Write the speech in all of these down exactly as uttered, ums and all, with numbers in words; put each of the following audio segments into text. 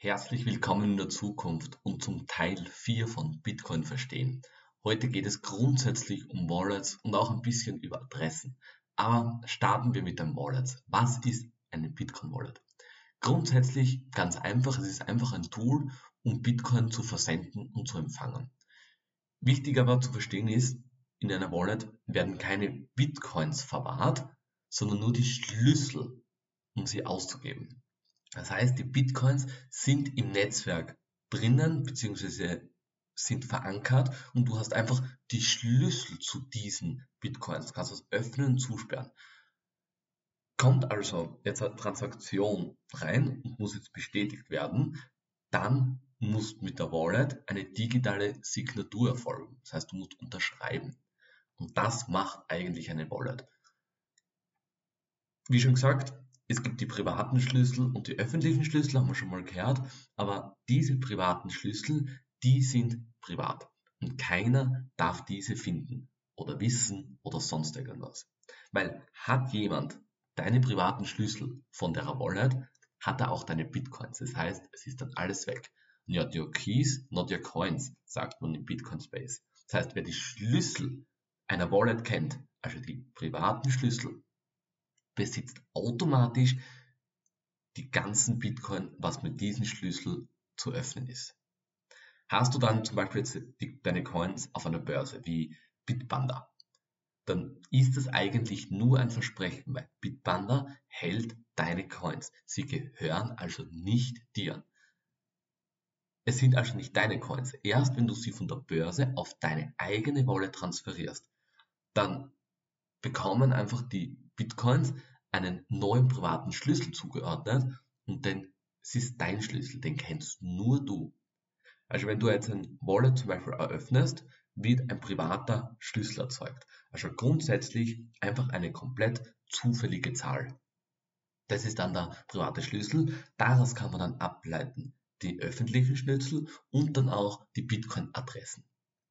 Herzlich willkommen in der Zukunft und zum Teil vier von Bitcoin verstehen. Heute geht es grundsätzlich um Wallets und auch ein bisschen über Adressen. Aber starten wir mit dem Wallet. Was ist eine Bitcoin-Wallet? Grundsätzlich ganz einfach, es ist einfach ein Tool, um Bitcoin zu versenden und zu empfangen. Wichtig aber zu verstehen ist, in einer Wallet werden keine Bitcoins verwahrt, sondern nur die Schlüssel, um sie auszugeben. Das heißt, die Bitcoins sind im Netzwerk drinnen bzw. sind verankert und du hast einfach die Schlüssel zu diesen Bitcoins. Du kannst das öffnen und zusperren. Kommt also jetzt eine Transaktion rein und muss jetzt bestätigt werden, dann muss mit der Wallet eine digitale Signatur erfolgen. Das heißt, du musst unterschreiben. Und das macht eigentlich eine Wallet. Wie schon gesagt, es gibt die privaten Schlüssel und die öffentlichen Schlüssel, haben wir schon mal gehört, aber diese privaten Schlüssel, die sind privat und keiner darf diese finden oder wissen oder sonst irgendwas. Weil hat jemand deine privaten Schlüssel von der Wallet, hat er auch deine Bitcoins. Das heißt, es ist dann alles weg. Not your keys, not your coins, sagt man im Bitcoin Space. Das heißt, wer die Schlüssel einer Wallet kennt, also die privaten Schlüssel, besitzt automatisch die ganzen Bitcoin, was mit diesem Schlüssel zu öffnen ist. Hast du dann zum Beispiel jetzt die, deine Coins auf einer Börse wie Bitpanda, dann ist das eigentlich nur ein Versprechen, weil Bitpanda hält deine Coins. Sie gehören also nicht dir. Es sind also nicht deine Coins. Erst wenn du sie von der Börse auf deine eigene Wallet transferierst, dann bekommen einfach die Bitcoins einen neuen privaten Schlüssel zugeordnet und denn es ist dein Schlüssel, den kennst nur du. Also wenn du jetzt ein Wallet zum Beispiel eröffnest, wird ein privater Schlüssel erzeugt. Also grundsätzlich einfach eine komplett zufällige Zahl. Das ist dann der private Schlüssel. Daraus kann man dann ableiten die öffentlichen Schlüssel und dann auch die Bitcoin-Adressen.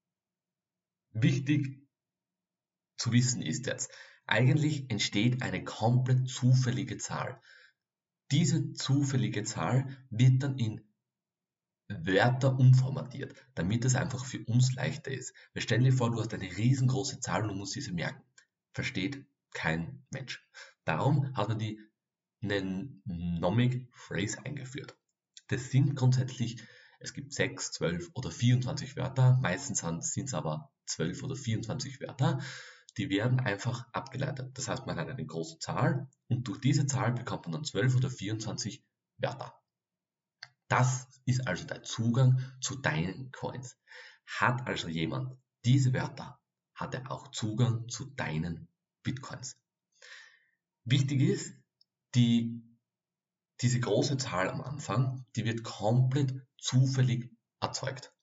Wichtig zu wissen ist jetzt, eigentlich entsteht eine komplett zufällige Zahl. Diese zufällige Zahl wird dann in Wörter umformatiert, damit es einfach für uns leichter ist. Wir stellen dir vor, du hast eine riesengroße Zahl und du musst diese merken. Versteht kein Mensch. Darum hat man die Nomic Phrase eingeführt. Das sind grundsätzlich, es gibt sechs, zwölf oder vierundzwanzig Wörter, meistens sind es aber zwölf oder vierundzwanzig Wörter. Die werden einfach abgeleitet. Das heißt, man hat eine große Zahl und durch diese Zahl bekommt man dann zwölf oder vierundzwanzig Wörter. Das ist also der Zugang zu deinen Coins. Hat also jemand diese Wörter, hat er auch Zugang zu deinen Bitcoins. Wichtig ist, die, diese große Zahl am Anfang, die wird komplett zufällig erzeugt.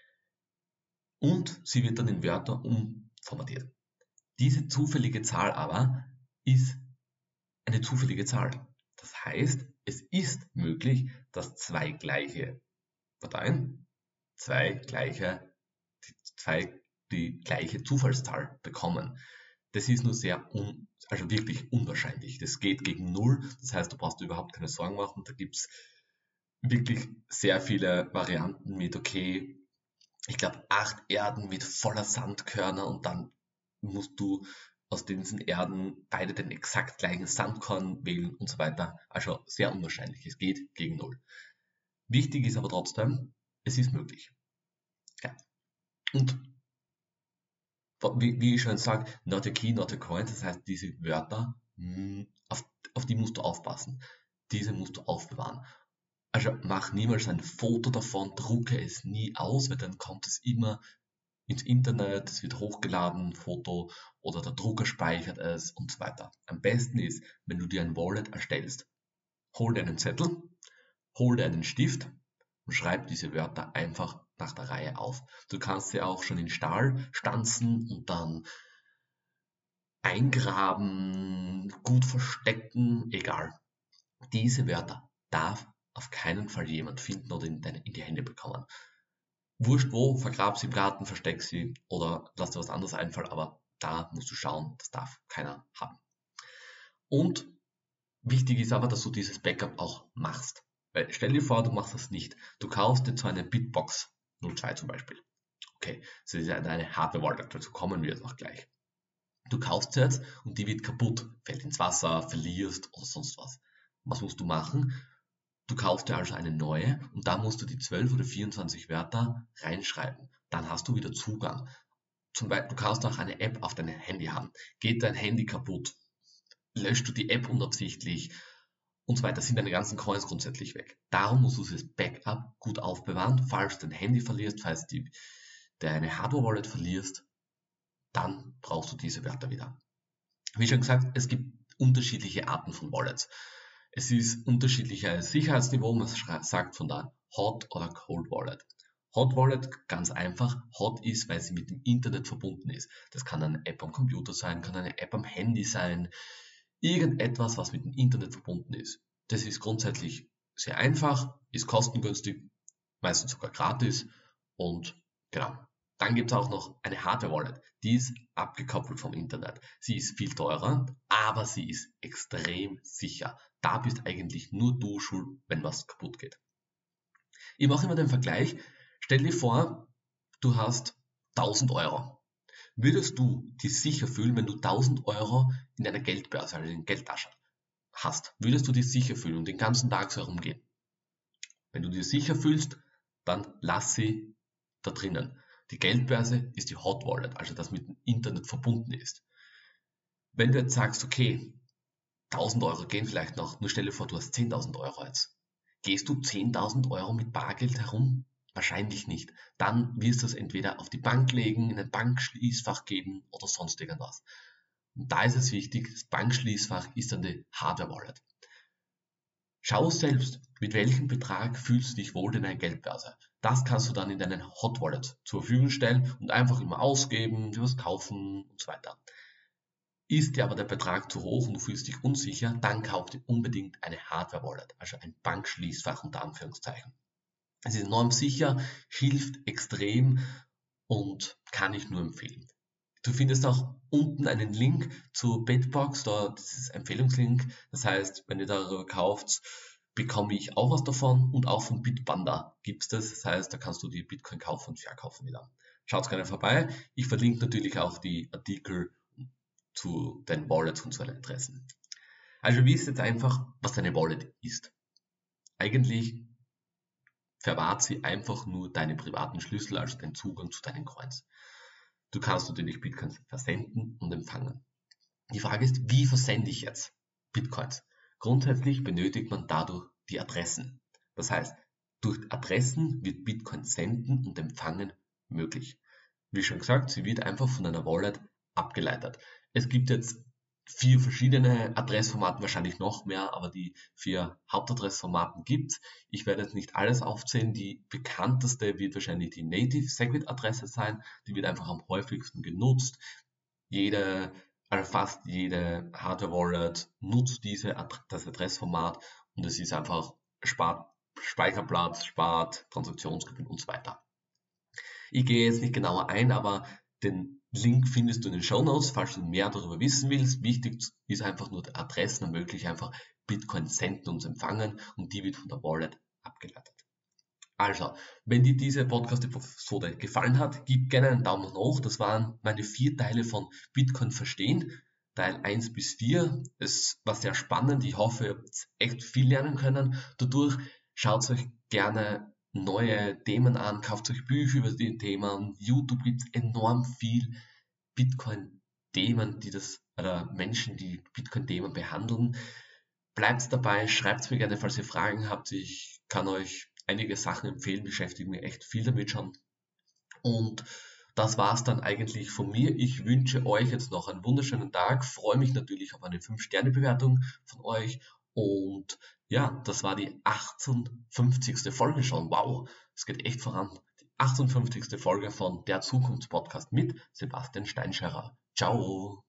Und sie wird dann in Wörter umformatiert. Diese zufällige Zahl aber ist eine zufällige Zahl. Das heißt, es ist möglich, dass zwei gleiche Parteien, zwei gleiche, zwei die gleiche Zufallszahl bekommen. Das ist nur sehr, un, also wirklich unwahrscheinlich. Das geht gegen Null. Das heißt, du brauchst dir überhaupt keine Sorgen machen. Da gibt es wirklich sehr viele Varianten mit, okay, ich glaube, acht Erden mit voller Sandkörner und dann musst du aus diesen Erden beide den exakt gleichen Sandkorn wählen und so weiter. Also sehr unwahrscheinlich. Es geht gegen Null. Wichtig ist aber trotzdem, es ist möglich. Ja. Und wie, wie ich schon sage, not a key, not a coin. Das heißt, diese Wörter, auf, auf die musst du aufpassen. Diese musst du aufbewahren. Also mach niemals ein Foto davon, drucke es nie aus, weil dann kommt es immer ins Internet, es wird hochgeladen, Foto oder der Drucker speichert es und so weiter. Am besten ist, wenn du dir ein Wallet erstellst, hol dir einen Zettel, hol dir einen Stift und schreib diese Wörter einfach nach der Reihe auf. Du kannst sie auch schon in Stahl stanzen und dann eingraben, gut verstecken, egal. Diese Wörter darf auf keinen Fall jemand finden oder in, deine, in die Hände bekommen. Wurscht wo, vergrab sie im Garten, versteck sie oder lass dir was anderes einfallen, aber da musst du schauen, das darf keiner haben. Und wichtig ist aber, dass du dieses Backup auch machst. Weil stell dir vor, du machst das nicht. Du kaufst dir so eine Bitbox null zwei zum Beispiel. Okay, das ist ja eine Hardware-Wallet, dazu kommen wir jetzt auch gleich. Du kaufst sie jetzt und die wird kaputt, fällt ins Wasser, verlierst oder sonst was. Was musst du machen? Du kaufst dir also eine neue und da musst du die zwölf oder vierundzwanzig Wörter reinschreiben. Dann hast du wieder Zugang. Zum Beispiel, du kannst auch eine App auf deinem Handy haben. Geht dein Handy kaputt, löscht du die App unabsichtlich und so weiter, sind deine ganzen Coins grundsätzlich weg. Darum musst du das Backup gut aufbewahren, falls du dein Handy verlierst, falls du deine Hardware-Wallet verlierst, dann brauchst du diese Wörter wieder. Wie schon gesagt, es gibt unterschiedliche Arten von Wallets. Es ist unterschiedliches Sicherheitsniveau, man sagt von der Hot oder Cold Wallet. Hot Wallet, ganz einfach. Hot ist, weil sie mit dem Internet verbunden ist. Das kann eine App am Computer sein, kann eine App am Handy sein. Irgendetwas, was mit dem Internet verbunden ist. Das ist grundsätzlich sehr einfach, ist kostengünstig, meistens sogar gratis und genau. Dann gibt es auch noch eine Hardware-Wallet, die ist abgekoppelt vom Internet. Sie ist viel teurer, aber sie ist extrem sicher. Da bist eigentlich nur du schuld, wenn was kaputt geht. Ich mache immer den Vergleich, stell dir vor, du hast tausend Euro. Würdest du dich sicher fühlen, wenn du tausend Euro in deiner Geldbörse, also in Geldtasche hast? Würdest du dich sicher fühlen und den ganzen Tag so herumgehen? Wenn du dich sicher fühlst, dann lass sie da drinnen. Die Geldbörse ist die Hot Wallet, also das mit dem Internet verbunden ist. Wenn du jetzt sagst, okay, tausend Euro gehen vielleicht noch, nur stell dir vor, du hast zehntausend Euro jetzt. Gehst du zehntausend Euro mit Bargeld herum? Wahrscheinlich nicht. Dann wirst du es entweder auf die Bank legen, in ein Bankschließfach geben oder sonst irgendwas. Und da ist es wichtig, das Bankschließfach ist dann die Hardware Wallet. Schau selbst, mit welchem Betrag fühlst du dich wohl in deiner Geldbörse. Das kannst du dann in deinen Hot Wallet zur Verfügung stellen und einfach immer ausgeben, dir was kaufen und so weiter. Ist dir aber der Betrag zu hoch und du fühlst dich unsicher, dann kauf dir unbedingt eine Hardware Wallet, also ein Bankschließfach unter Anführungszeichen. Es ist enorm sicher, hilft extrem und kann ich nur empfehlen. Du findest auch unten einen Link zu Bitbox, da das ist ein Empfehlungslink. Das heißt, wenn ihr darüber kauft, bekomme ich auch was davon und auch von Bitpanda gibt es das. Das heißt, da kannst du die Bitcoin kaufen und verkaufen wieder. Schaut gerne vorbei. Ich verlinke natürlich auch die Artikel zu den Wallets und zu den Adressen. Also wisst jetzt einfach, was deine Wallet ist. Eigentlich verwahrt sie einfach nur deine privaten Schlüssel, also den Zugang zu deinen Coins. Du kannst natürlich Bitcoins versenden und empfangen. Die Frage ist, wie versende ich jetzt Bitcoins? Grundsätzlich benötigt man dadurch die Adressen. Das heißt, durch Adressen wird Bitcoin senden und empfangen möglich. Wie schon gesagt, sie wird einfach von einer Wallet abgeleitet. Es gibt jetzt vier verschiedene Adressformaten, wahrscheinlich noch mehr, aber die vier Hauptadressformaten gibt's. Ich werde jetzt nicht alles aufzählen. Die bekannteste wird wahrscheinlich die Native Segwit Adresse sein. Die wird einfach am häufigsten genutzt. Jede, also fast jede Hardware Wallet nutzt diese Ad- das Adressformat und es ist einfach spart Speicherplatz, spart Transaktionsgebühren und so weiter. Ich gehe jetzt nicht genauer ein, aber den Link findest du in den Shownotes, falls du mehr darüber wissen willst. Wichtig ist einfach nur die Adressen ermöglichen einfach Bitcoin senden und empfangen und die wird von der Wallet abgeleitet. Also, wenn dir diese Podcast-Episode gefallen hat, gib gerne einen Daumen hoch. Das waren meine vier Teile von Bitcoin verstehen. Teil eins bis vier. Es war sehr spannend. Ich hoffe, ihr habt echt viel lernen können. Dadurch schaut euch gerne neue Themen an, kauft euch Bücher über die Themen. YouTube gibt es enorm viel Bitcoin-Themen, die das, oder Menschen, die Bitcoin-Themen behandeln. Bleibt dabei, schreibt mir gerne, falls ihr Fragen habt. Ich kann euch einige Sachen empfehlen, beschäftige mich echt viel damit schon. Und das war's dann eigentlich von mir. Ich wünsche euch jetzt noch einen wunderschönen Tag, freue mich natürlich auf eine fünf Sterne Bewertung von euch und ja, das war die achtundfünfzigste Folge schon. Wow, es geht echt voran. Die achtundfünfzigste Folge von Der Zukunftspodcast mit Sebastian Steinscherer. Ciao.